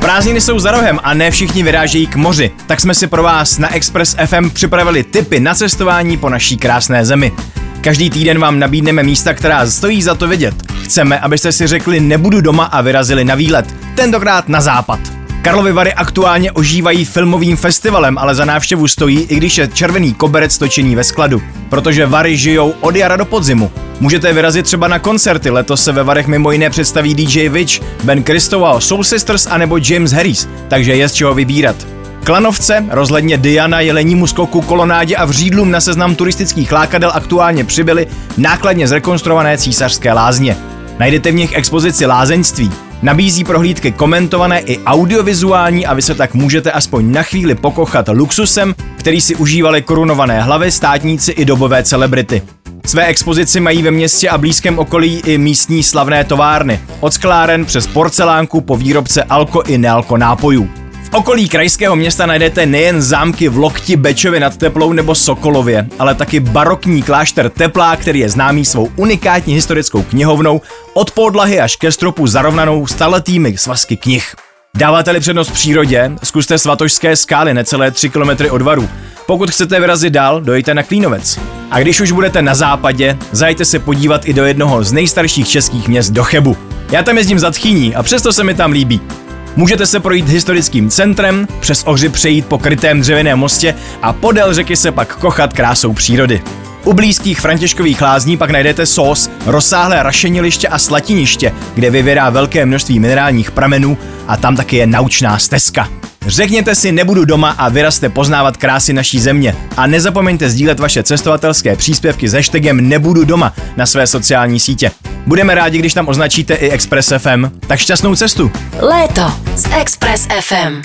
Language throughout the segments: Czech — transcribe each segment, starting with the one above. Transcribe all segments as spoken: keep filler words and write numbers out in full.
Prázdniny jsou za rohem a ne všichni vyrážejí k moři, tak jsme si pro vás na Express F M připravili tipy na cestování po naší krásné zemi. Každý týden vám nabídneme místa, která stojí za to vidět. Chceme, abyste si řekli nebudu doma a vyrazili na výlet, tentokrát na západ. Karlovy Vary aktuálně ožívají filmovým festivalem, ale za návštěvu stojí, i když je červený koberec točení ve skladu. Protože Vary žijou od jara do podzimu. Můžete vyrazit třeba na koncerty, letos se ve Varech mimo jiné představí D J Witch, Ben Christoval, Soul Sisters anebo James Harris, takže je z čeho vybírat. Klanovce, rozhledně Diana, Jelenímu skoku, Kolonádě a Vřídlům na seznam turistických lákadel aktuálně přibyly nákladně zrekonstruované Císařské lázně. Najdete v nich expozici lázeňství. Nabízí prohlídky komentované i audiovizuální a vy se tak můžete aspoň na chvíli pokochat luxusem, který si užívali korunované hlavy, státníci i dobové celebrity. Své expozici mají ve městě a blízkém okolí i místní slavné továrny. Od skláren přes porcelánku po výrobce alko i nealko nápojů. V okolí krajského města najdete nejen zámky v Lokti, Bečově nad Teplou nebo Sokolově, ale taky barokní klášter Teplá, který je známý svou unikátní historickou knihovnou, od podlahy až ke stropu zarovnanou staletými svazky knih. Dáváte-li přednost přírodě, zkuste Svatožské skály necelé tři kilometry od Varu. Pokud chcete vyrazit dál, dojďte na Klínovec. A když už budete na západě, zajďte se podívat i do jednoho z nejstarších českých měst, do Chebu. Já tam jezdím za tchýní a přesto se mi tam líbí. Můžete se projít historickým centrem, přes Ohři přejít po krytém dřevěném mostě a podél řeky se pak kochat krásou přírody. U blízkých Františkových lázní pak najdete Sós, rozsáhlé rašeniliště a slatiniště, kde vyvěrá velké množství minerálních pramenů a tam taky je naučná stezka. Řekněte si nebudu doma a vyrazte poznávat krásy naší země. A nezapomeňte sdílet vaše cestovatelské příspěvky s hashtagem nebudu doma na své sociální sítě. Budeme rádi, když tam označíte i Express F M. Tak šťastnou cestu! Léto s Express F M.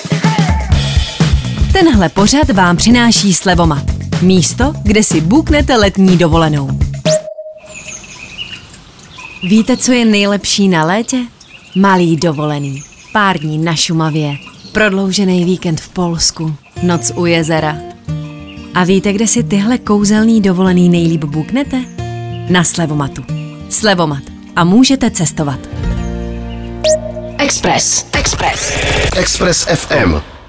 Tenhle pořad vám přináší Slevomat. Místo, kde si buknete letní dovolenou. Víte, co je nejlepší na létě? Malý dovolený. Pár dní na Šumavě. Prodloužený víkend v Polsku. Noc u jezera. A víte, kde si tyhle kouzelný dovolený nejlíp buknete? Na Slevomatu. Slevomat. A můžete cestovat. Express. Express. Express F M.